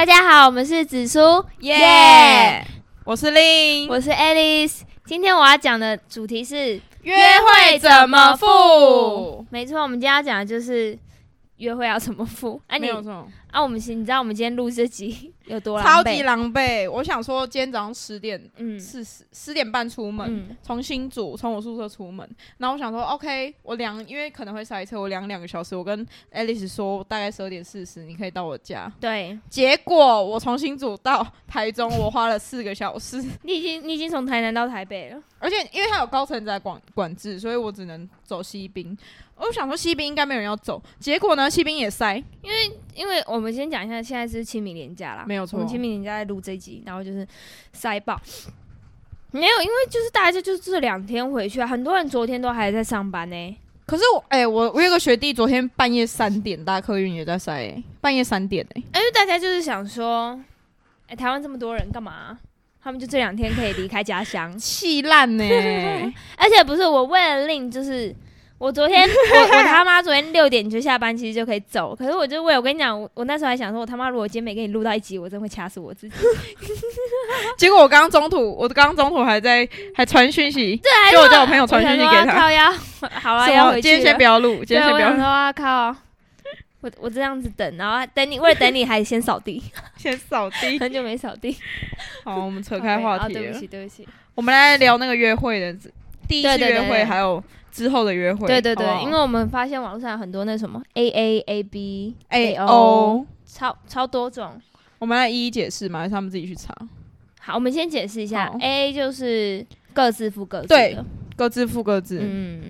大家好，我们是紫苏， 耶！我是令， 我是 Alice。今天我要讲的主题是约会怎么付？ 没错，我们今天要讲的就是约会要怎么付。 没有错。 你知道我们今天录这集有多狼狈？ 超级狼狈！我想说，今天早上10点半出门，从新竹从我宿舍出门，然后我想说 ，OK， 因为可能会塞车，我2个小时。我跟 Alice 说，大概12:40你可以到我家。 对。 结果我从新竹到台中，我花了4个小时。 你已经从台南到台北了， 而且因为它有高承载管制，所以我只能走西滨。我想说西滨应该没有人要走，结果呢西滨也塞， 因为我们先讲一下，现在是清明连假啦， 没有错。 我们清明连假在录这一集，然后就是塞爆。没有，因为就是大家就是这2天回去啊，很多人昨天都还在上班呢。 可是我有个学弟昨天半夜3点搭客运也在塞半夜3点因为大家就是想说，台湾这么多人干嘛？他们就这2天可以离开家乡， 气烂呢。 而且不是我为了令就是。我昨天我他妈昨天6点就下班，其实就可以走。可是我就我跟你讲，我那时候还想说，我他妈如果今天没跟你录到一集，我真的会掐死我自己。 结果我刚中途还传讯息， 对， 就我叫我朋友传讯息给他。 好了，要回去了。 今天先不要录，今天先不要录。 我靠，我这样子等，然后等你，为了等你还先扫地， 先扫地， 很久没扫地。 好，我们扯开话题了。 对不起， 我们来聊那个约会的第一次约会，还有。之后的约会， 对，好好因为我们发现网络上有很多那什么 AA、AB、AO， 超多种。 我们来一一解释嘛，还是他们自己去查？ 好，我们先解释一下 ，AA 就是各自付各自的， 对，各自付各自。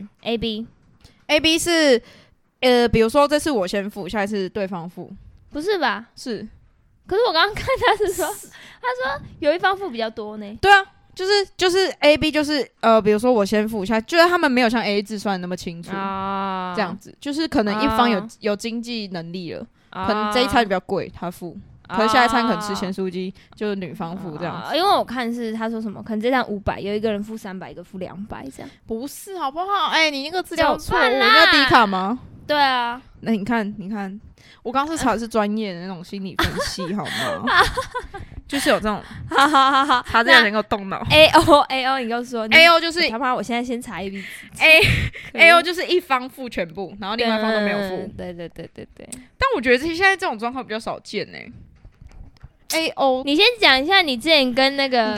AB 是比如说这次我先付，下一次对方付， 不是吧？ 是。 可是我刚刚看他是说，他说有一方付比较多呢。 对啊。就是 A B 就是比如说我先付一下，就是他们没有像 A A 制算那么清楚这样子，就是可能一方有经济能力了，可能这一餐比较贵，他付，可是下一餐可能吃咸酥鸡，就是女方付这样子。 因为我看是他说什么，可能这餐500，有一个人付300，一个付200这样。 不是好不好？你那个资料错误，你要低卡吗？ 对啊。 那你看，我刚刚是查的是专业的那种心理分析，好吗？就是有这种，查这个能够动脑。 AO， 你跟我说 ，AO 就是他妈，我现在先查一笔。 AO 就是一方付全部，然后另外一方都没有付。 对。 但我觉得现在这种状况比较少见AO， 你先讲一下你之前跟那个，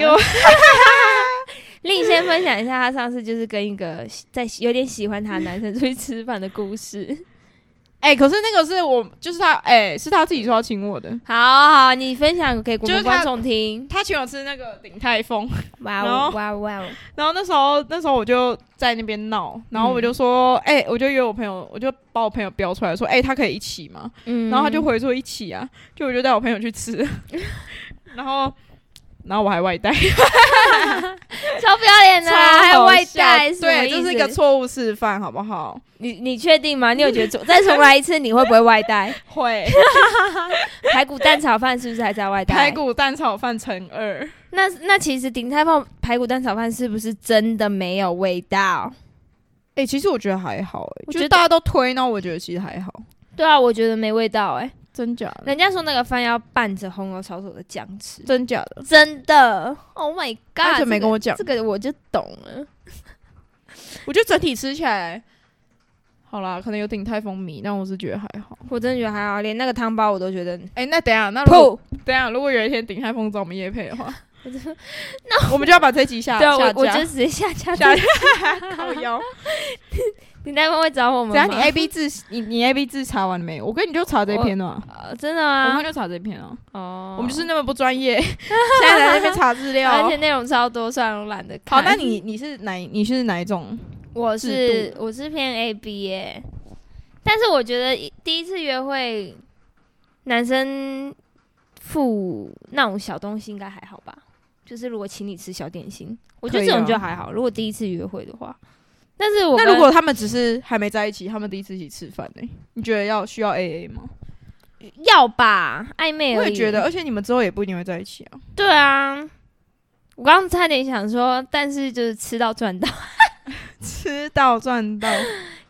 令先分享一下他上次就是跟一个有点喜欢他的男生出去吃饭的故事。 可是那个是我，就是他，是他自己说要请我的。 好，你分享给我们观众听。 他请我吃那个鼎泰丰， 哇哦。 然后那时候我就在那边闹，然后我就说，我就约我朋友，我就把我朋友标出来说，他可以一起吗？然后他就回说一起啊，就我就带我朋友去吃，然后我还外带， 超不要脸的，还外带， 对，这是一个错误示范，好不好？ 你确定吗？你有觉得再重来一次，你会不会外带？ 会。 排骨蛋炒饭是不是还在外带？ 排骨蛋炒饭乘2。 那其实鼎泰丰排骨蛋炒饭是不是真的没有味道？ 其实我觉得还好，就是大家都推，然后我觉得其实还好。 对啊，我觉得没味道真假的？ 人家说那个饭要拌着红油抄手的酱吃， 真假的？ 真的 ！Oh my god！ 完全没跟我讲， 这个我就懂了。 我觉得整体吃起来，好啦，可能有鼎泰丰米，但我是觉得还好。 我真的觉得还好，连那个汤包我都觉得。 那等一下，如果有一天鼎泰丰找我们业配的话，那我们就要把这集下架。 我就直接下架。 靠腰。 鼎泰丰会找我们吗？ 等下你 AB 字，你 AB 字查完了没？我跟你就查这篇了。 真的吗？ 我们就查这篇我们就是那么不专业，现在在那边查资料， 而且内容超多，算我懒得看。 好，那你是哪一种？ 我是偏 AB 但是我觉得第一次约会，男生付那种小东西应该还好吧？就是如果请你吃小点心，我觉得这种就还好。如果第一次约会的话。但是那如果他们只是还没在一起，他们第一次一起吃饭你觉得需要 AA 吗？ 要吧，暧昧而已。 我也觉得，而且你们之后也不一定会在一起啊。 对啊，我刚刚差点想说，但是就是吃到赚到， 吃到赚到，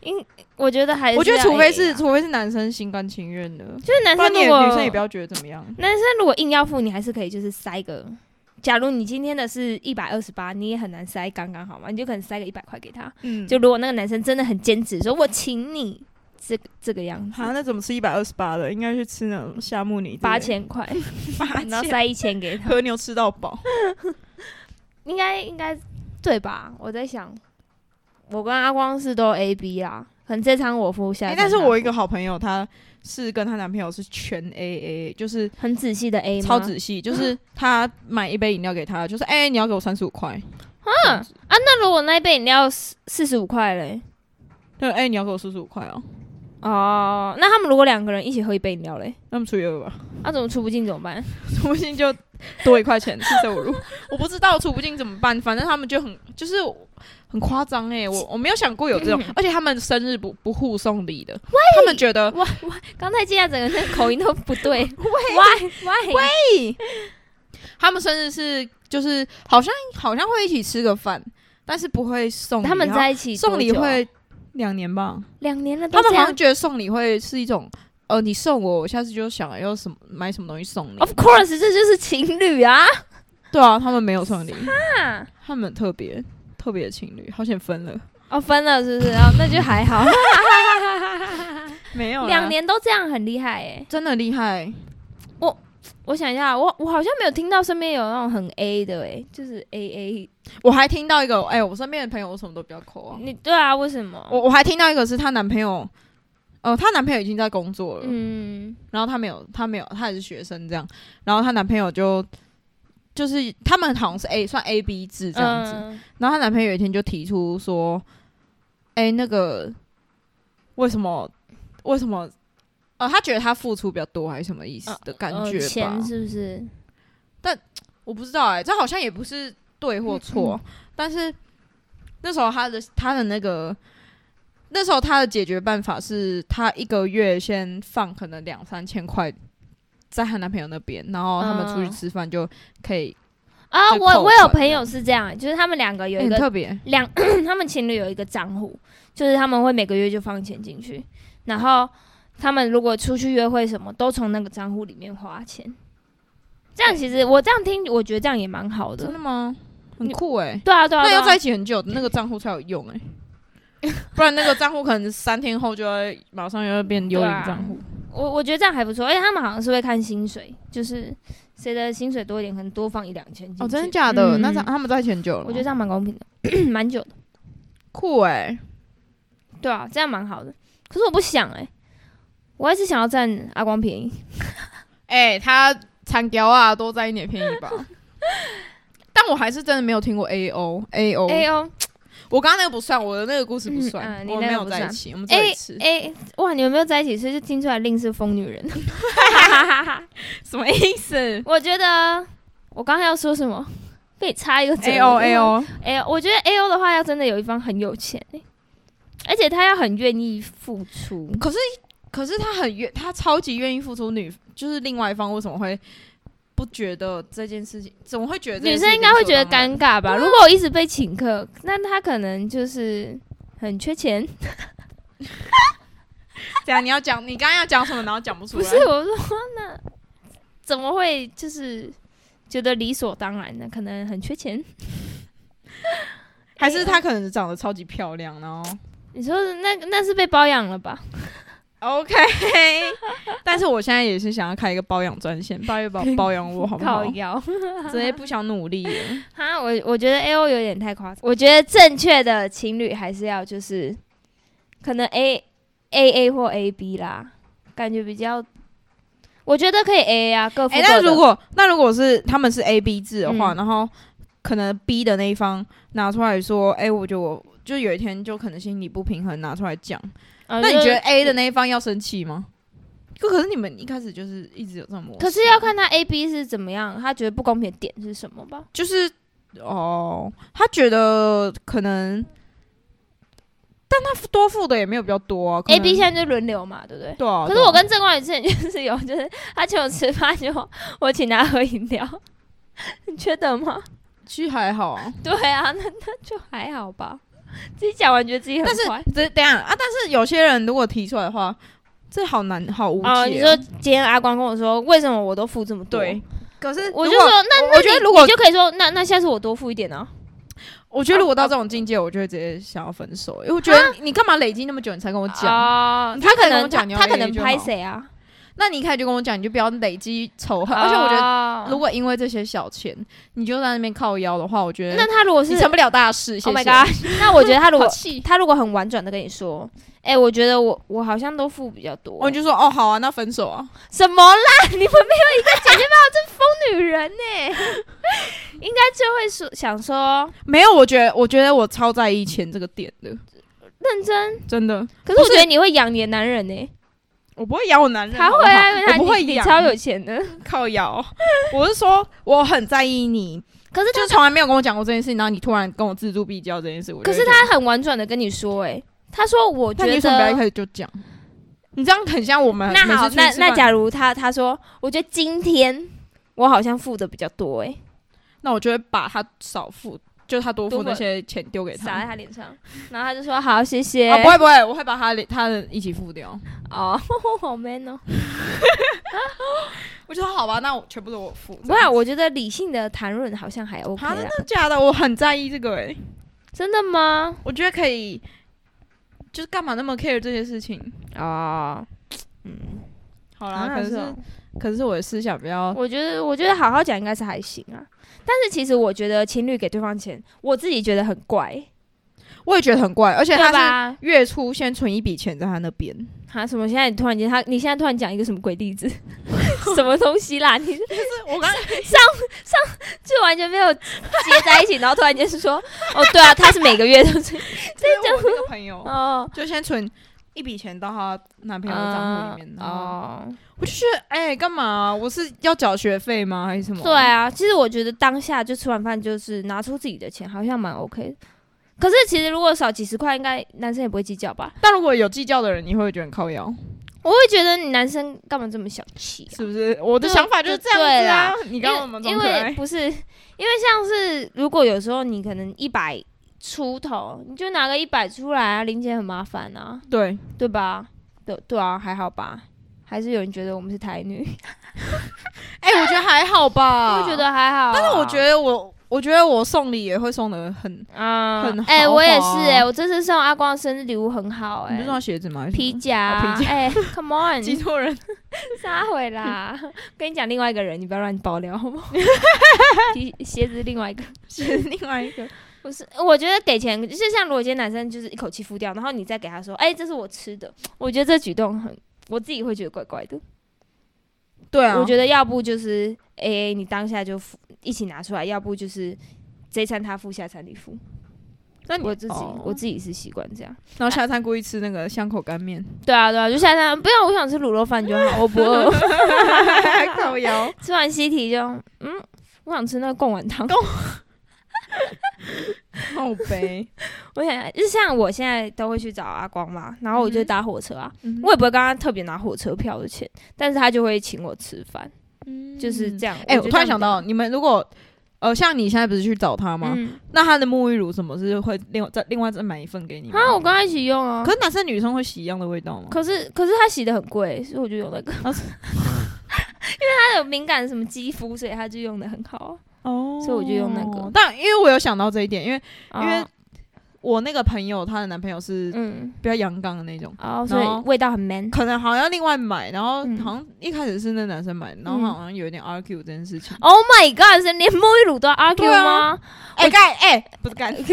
我觉得还是， 我觉得除非是男生心甘情愿的， 就是男生如果女生也不要觉得怎么样。 男生如果硬要付，你还是可以就是塞个。假如你今天的是128，你也很难塞刚刚好嘛，你就可能塞个100块给他。就如果那个男生真的很坚持说我请你这个样子， 那怎么吃128的？应该去吃那种夏目尼 8000块，然后塞1000给他， 和牛吃到饱。 应该对吧？我在想，我跟阿光是都 AB 啦，可能这餐我付下。 但是我一个好朋友，她是跟她男朋友是全 AA， 就是很仔细的 A 吗？ 超仔细，就是她买一杯饮料给他，就是你要给我35块。 那如果那一杯饮料45块嘞？ 对，你要给我45块哦。 哦，那他们如果2个人一起喝一杯饮料嘞？ 那么除以2吧。 怎么出不进怎么办？ 出不进就多1块钱，45%。我不知道出不进怎么办，反正他们就很夸张我没有想过有这种，而且他们生日不互送礼的，他们觉得哇，刚才接下整个那口音都不对，喂， 他们生日是就是好像会一起吃个饭，但是不会送礼。 他们在一起送礼会2年吧 ，2年了都这样。 他们好像觉得送礼会是一种你送我下次就想要买什么东西送你。 Of course， 这就是情侣啊。 对啊，他们没有送礼，他们特别的情侣，好险分了。 分了是不是？那就还好。 没有 2年都这样，很厉害真的厉害。 我想一下，我好像没有听到身边有那种很 A 的就是 AA。 我还听到一个我身边的朋友我什么都比较抠啊。 对啊，为什么？ 我还听到一个是她男朋友，她男朋友已经在工作了，然后她没有，她也是学生这样，然后她男朋友就是他们好像是算 AB 制这样子，然后她男朋友有一天就提出说，那个为什么？他觉得他付出比较多还是什么意思的感觉吧？ 钱是不是？ 但我不知道这好像也不是对或错，但是那时候他的那个。那时候他的解决办法是，他1个月先放可能2-3千块在她男朋友那边，然后他们出去吃饭就可以我有朋友是这样，就是他们2个有一个特别他们情侣有一个账户，就是他们会每个月就放钱进去，然后他们如果出去约会什么，都从那个账户里面花钱。这样其实我这样听，我觉得这样也蛮好的。 真的吗？很酷对啊。 那要在一起很久，那个账户才有用不然那个账户可能3天后就会马上又要变幽灵账户。 我觉得这样还不错，而且他们好像是会看薪水，就是谁的薪水多一点，可能多放1-2千进去。 真的假的？那他们在一起很久了吗？ 我觉得这样蛮公平的，蛮久的。 酷对啊，这样蛮好的。可是我不想我还是想要占阿光便宜。 他产条啊，多占一点便宜吧。但我还是真的没有听过 AO。我刚刚那个不算，我的那个故事不算，我没有在一起，我们在一起吃。 哇，你们没有在一起，所以就听出来令是疯女人。 什么意思？ 我觉得我刚刚要说什么，被你插一个嘴。 AO， 我觉得 AO 的话，要真的有一方很有钱而且他要很愿意付出。 可是他超级愿意付出，就是另外一方为什么会不觉得这件事情？怎么会觉得女生应该会觉得尴尬吧？如果我一直被请客，那他可能就是很缺钱。 这样你刚刚要讲什么，然后讲不出来？ 不是我说，那怎么会就是觉得理所当然呢？可能很缺钱， 还是他可能长得超级漂亮，然后你说那是被包养了吧 ？OK， 但是我现在也是想要开一个包养专线，包养我好不好？ 靠腰， 直接不想努力了。 我觉得 AO 有点太夸张。我觉得正确的情侣还是要就是可能 AA 或 AB 啦，感觉比较。我觉得可以 AA 啊，各付各的。 那如果是他们是 AB 制的话，然后可能 B 的那一方拿出来说，我觉得我就有一天就可能心理不平衡，拿出来讲。那你觉得 A 的那一方要生气吗？可是你们一开始就是一直有这种模式。 可是要看他 AB 是怎么样，他觉得不公平的点是什么吧？ 就是他觉得可能，但他多付的也没有比较多啊。 AB 现在就轮流嘛，对不对？ 对啊。 可是我跟郑冠宇之前就是就是他请我吃饭，就我请他喝饮料，你觉得吗？ 其实还好啊。 对啊，那就还好吧。 自己讲完觉得自己很坏。 但是等一下啊，但是有些人如果提出来的话，这好难，好无解。 你说今天阿光跟我说，为什么我都付这么多？ 对，可是我就说，那我觉得如果你就可以说，那下次我多付一点啊。 我觉得如果到这种境界，我就会直接想要分手，因为我觉得你干嘛累积那么久，你才跟我讲？ 他可能他可能拍谁啊？ 那你一开始就跟我讲，你就不要累积仇恨。而且我觉得，如果因为这些小钱，你就在那边靠腰的话，我觉得那他如果是成不了大事。 Oh my god！ 那我觉得他如果很婉转的跟你说，我觉得我好像都付比较多， 我就说哦好啊，那分手啊。 什么啦？你们没有一个姐姐吧？这疯女人呢？应该就会想说， 没有，我觉得我超在意钱这个点的， 认真真的。 可是我觉得你会养你的男人呢。 我不会养我男人， 他会啊， 我不会养， 你超有钱的， 靠腰。我是说，我很在意你， 可是他从来没有跟我讲过这件事情，然后你突然跟我锱铢必较这件事， 可是他很婉转的跟你说，他说我觉得， 那你为什么不要一开始就讲？你这样很像我们。 那好，那假如他说，我觉得今天我好像付的比较多， 那我就会把他少付。就他多付那些钱丢给他， 撒在他脸上，然后他就说好谢谢。 不会不会，我会把他的一起付掉。 哦，好 man 哦。 我就说好吧，那全部都我付。 不是，我觉得理性的谈论好像还 OK 啦。 真的假的？我很在意这个真的吗？ 我觉得可以，就是干嘛那么 care 这些事情啊？ 好啦，可是我的思想比较， 我觉得好好讲应该是还行啊。但是其实我觉得情侣给对方钱，我自己觉得很怪。 我也觉得很怪，而且他是月初先存一笔钱在他那边。 什么？现在你现在突然讲一个什么鬼例子？什么东西啦？你就是我刚上就完全没有接在一起，然后突然间是说，哦，对啊，他是每个月都存。 这我那个朋友就先存一笔钱到他男朋友的账户里面。我就觉得，干嘛我是要缴学费吗？还是什么？ 对啊，其实我觉得当下就吃完饭就是拿出自己的钱，好像蛮 OK 的。可是其实如果少几十块，应该男生也不会计较吧？ 但如果有计较的人，你会不会觉得很靠腰？ 我会觉得你男生干嘛这么小气是不是？我的想法就是这样子啊。你刚刚我们因为不是，因为像是如果有时候你可能100出头，你就拿个100出来啊，零钱很麻烦啊，对吧？对啊，还好吧？还是有人觉得我们是台女？ 我觉得还好吧。 我觉得还好， 但是我觉得我送礼也会送的很好。 我也是我这次送阿光的生日礼物很好你不是送鞋子吗？ 皮夹，come on， 记错人， 撒回啦！跟你讲另外一个人，你不要乱爆料好不好？鞋子另外一个，不是，我觉得给钱就像如果今天男生就是一口气付掉，然后你再给他说，这是我吃的，我觉得这举动我自己会觉得怪怪的。 对啊， 我觉得要不就是你当下就一起拿出来，要不就是这一餐他付，下餐你付。那我自己是习惯这样， 然后下餐故意吃那个香口干面。 对啊，就下餐不要，我想吃卤肉饭就好，我不饿。 靠腰， 吃完西提就我想吃那个贡丸汤。 好悲。 我想就像我现在都会去找阿光嘛，然后我就搭火车啊，我也不会跟他特别拿火车票的钱，但是他就会请我吃饭，就是这样。 我突然想到，你们如果像你现在不是去找他吗？那他的沐浴乳什么是会另外再买一份给你吗？ 我跟他一起用啊。 可是男生女生会洗一样的味道吗？ 可是他洗的很贵，所以我就用那个。因为他有敏感什么肌肤，所以他就用的很好。所以我就用那个。 但因为我有想到这一点，因为我那个朋友她的男朋友是比较阳刚的那种， 所以味道很 man， 可能好像要另外买，然后好像一开始是那男生买，然后好像有一点 argue 这件事情。 Oh my god！ 是连沐浴乳都要 argue 吗？ 不是干，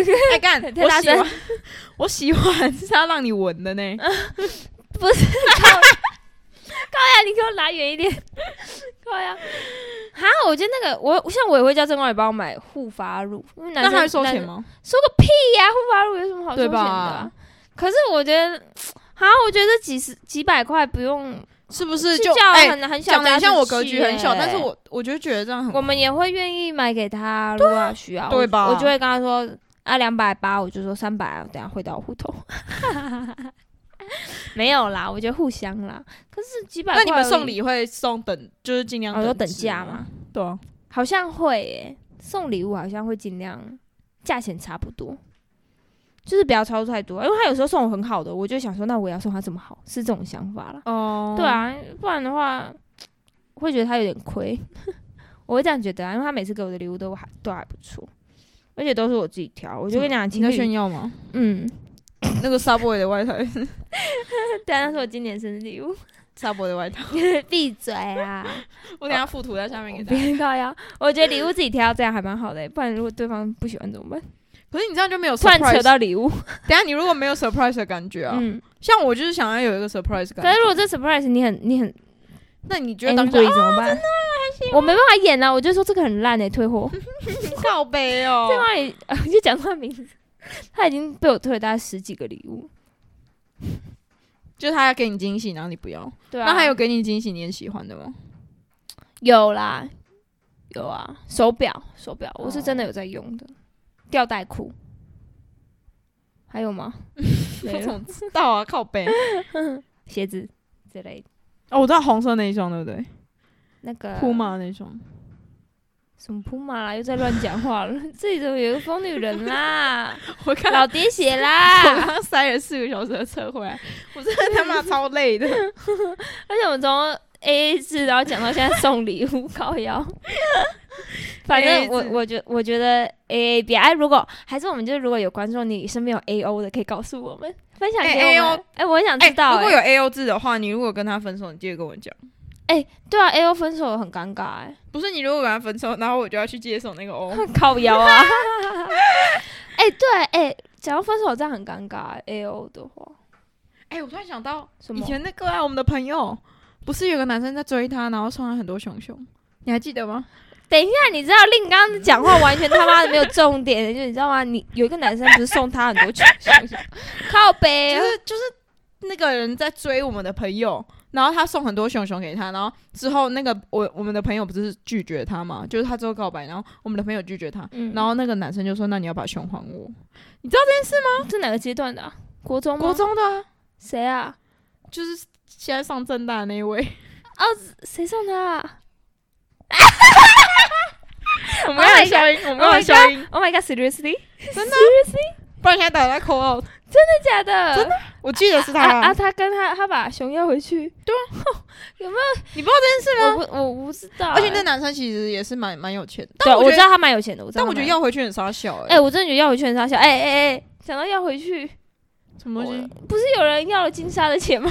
我喜欢是要让你闻的呢， 不是。靠呀！你给我拿远一点。靠呀！我觉得那个我也会叫郑光宇帮我买护发乳，因为男生那他会收钱吗？ 收个屁呀！护发乳有什么好收钱的？可是我觉得，我觉得几百块不用， 是不是就很小？ 讲的像我格局很小，但是我就觉得这样很。 我们也会愿意买给他，如果需要， 对吧？ 我就会跟他说280，我就说300，等下汇到户头。没有啦，我觉得互相啦。可是几百块， 那你们送礼会送就是尽量等价吗？ 对啊， 好像会送礼物好像会尽量价钱差不多。 就是不要超出太多，因为他有时候送我很好的，我就想说，那我也要送他这么好，是这种想法啦。对啊，不然的话，会觉得他有点亏。我会这样觉得啊，因为他每次给我的礼物都还不错，而且都是我自己挑。我就跟你讲， 你在炫耀吗？那个 Subway 的外套， 对啊，那是我今年生日礼物。 Subway 的外套， 闭嘴啦！ 我等一下附图在下面给大家。别靠腰，我觉得礼物自己挑这样还蛮好的，不然如果对方不喜欢怎么办？ 可是你这样就没有 surprise， 突然扯到礼物。 等一下你如果没有 surprise 的感觉啊，像我就是想要有一个 surprise 感觉。 可是如果这 surprise 你很， 那你觉得当下怎么办？我没办法演啊，我就说这个很烂退货。 靠北哦， 对方也就讲他名字，他已经被我退了大概10几个礼物。 就是他要给你惊喜，然后你不要。对啊。那他有给你惊喜，你很喜欢的吗？ 有啦，有啊，手表，我是真的有在用的。吊带裤，还有吗？ 我怎么知道啊？靠背， 鞋子之类的。 哦，我知道红色那一双，对不对？ 那个 Puma那一双。 什么 Puma 啦？又在乱讲话了。这里怎么有一个疯女人啦？ 我看老爹鞋啦！ 我刚刚塞了4个小时的车回来，我真的他妈超累的。 而且我们从 AA 制，然后讲到现在送礼物，靠腰。反正我觉得 AA 比如果还是我们就是如果有观众你身边有 AO 的，可以告诉我们分享给我们。我很想知道。 如果有 AO 制的话，你如果跟他分手，你记得跟我讲。 对啊 ，AO 分手很尴尬不是你如果跟他分手，然后我就要去接手那个 O， 靠腰啊。对，讲到分手这样很尴尬，AO 的话。 我突然想到，以前那个我们的朋友，不是有个男生在追他，然后送他很多熊熊，你还记得吗？ 等一下，你知道令刚刚讲话完全他妈的没有重点，就你知道吗？你有一个男生不是送他很多熊熊，靠北， 就是那个人在追我们的朋友。然后他送很多熊熊给他，然后之后那个我们的朋友不是拒绝他嘛，就是他之后告白，然后我们的朋友拒绝他，然后那个男生就说：“那你要把熊还我。”你知道这件事吗？ 是哪个阶段的啊？国中吗？ 国中的啊。 谁啊？ 就是现在上政大的那一位。 哦，谁送他啊？ 我们要消音，我们要消音。 Oh my god, seriously？ 真的 ？Seriously？ 不然现在打在 call out。 真的假的？ 真的，我记得是他啊！他跟他把熊要回去， 对啊， 有没有？ 你不知道这件事吗？ 我不知道。 而且那男生其实也是蛮有钱的， 对，我知道他蛮有钱的。 但我觉得要回去很傻小我真的觉得要回去很傻小。想到要回去， 什么东西？ 不是有人要了金沙的钱吗？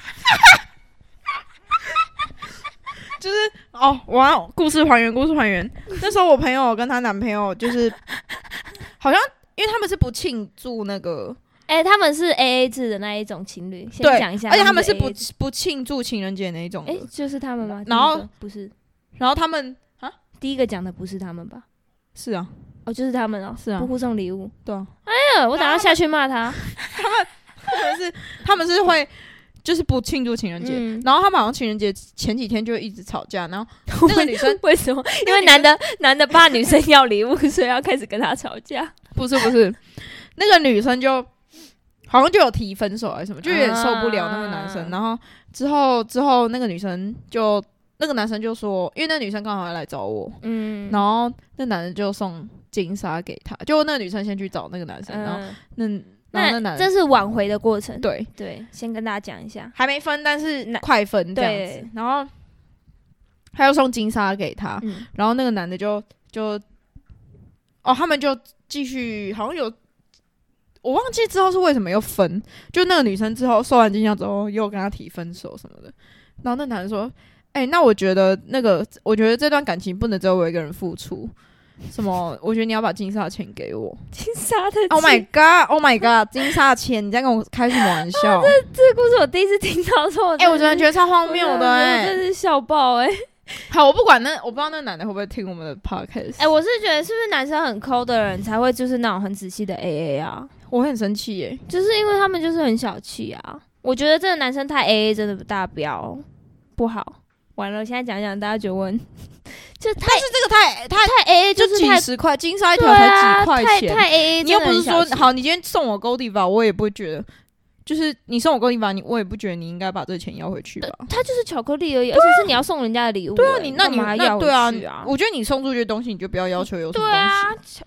就是我要故事还原。那时候我朋友跟她男朋友就是好像。因为他们是不庆祝那个， 他们是 AA 制的那一种情侣，先讲一下。 而且他们是不庆祝情人节那一种的。 就是他们吗？ 然后不是， 然后他们第一个讲的不是他们吧？ 是啊， 就是他们哦， 是啊， 不互送礼物。 对啊。 我等下下去骂他。 他们是会。就是不庆祝情人节，然后他们好像情人节前几天就一直吵架，然后那个女生为什么？因为男的怕女生要礼物，所以要开始跟他吵架。 不是，那个女生就好像就有提分手还是什么，就有点受不了那个男生。然后之后那个女生那个男生就说，因为那个女生刚好要来找我，然后那男生就送金沙给她，就那个女生先去找那个男生，然后那这是挽回的过程。 对， 先跟大家讲一下， 还没分，但是快分这样子。然后他又送金沙给他，然后那个男的就他们就继续，好像有我忘记之后是为什么又分。就那个女生之后收完金沙之后，又跟他提分手什么的。然后那男的说：“那我觉得这段感情不能只有我一个人付出。”什么？我觉得你要把金沙的钱给我。 金沙的钱 ？Oh my god！ 金沙的钱，你在跟我开什么玩笑？ 这个故事我第一次听到，说我真的觉得超荒谬的真是笑爆好，我不管我不知道那男的会不会听我们的 podcast。 我是觉得是不是男生很抠的人才会就是那种很仔细的 AA 啊？ 我会很生气就是因为他们就是很小气啊。我觉得这个男生太 AA 真的大标不好。完了，现在讲大家觉得问。但是这个太 AA 就是几十块，金沙一条才几块钱， 太 AA。 你又不是说好，你今天送我 Godiva， 我也不会觉得，就是你送我 Godiva， 我也不觉得你应该把这个钱要回去吧？ 它就是巧克力而已，而且是你要送人家的礼物。 对啊，那你还要回去啊？ 我觉得你送出去的东西，你就不要要求有什么东西。 对啊，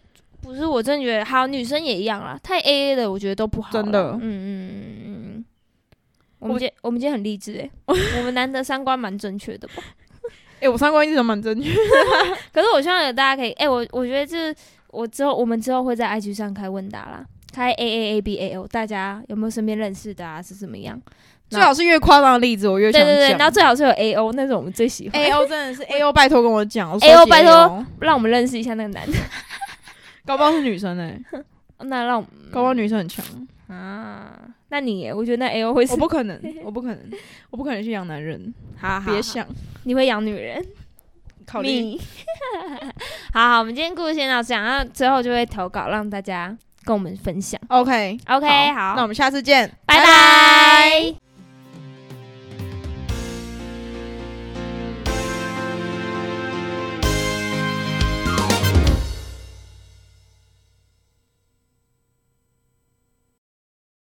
不是，我真的觉得好，女生也一样啦，太 AA 的我觉得都不好。 真的， 我们今天很励志我们难得三观蛮正确的吧？ 我三观一直都蛮正确的。 可是我希望有大家可以，我觉得这我们之后会在 IG 上开问答啦，开 AAABAO， 大家有没有身边认识的啊？是怎么样？ 最好是越夸张的例子，我越想讲。 对，然后最好是有 AO， 那种我们最喜欢。 AO 真的是 AO， 拜托跟我讲。 AO 拜托让我们认识一下那个男的， 搞不好是女生那让搞不好女生很强啊。那你我觉得那 AO 会是我不可能去养男人。 好， 别想， 你会养女人。 考虑。 好，我们今天故事先到这样，然后之后就会投稿让大家跟我们分享。 OK， 好， 那我们下次见， 拜拜。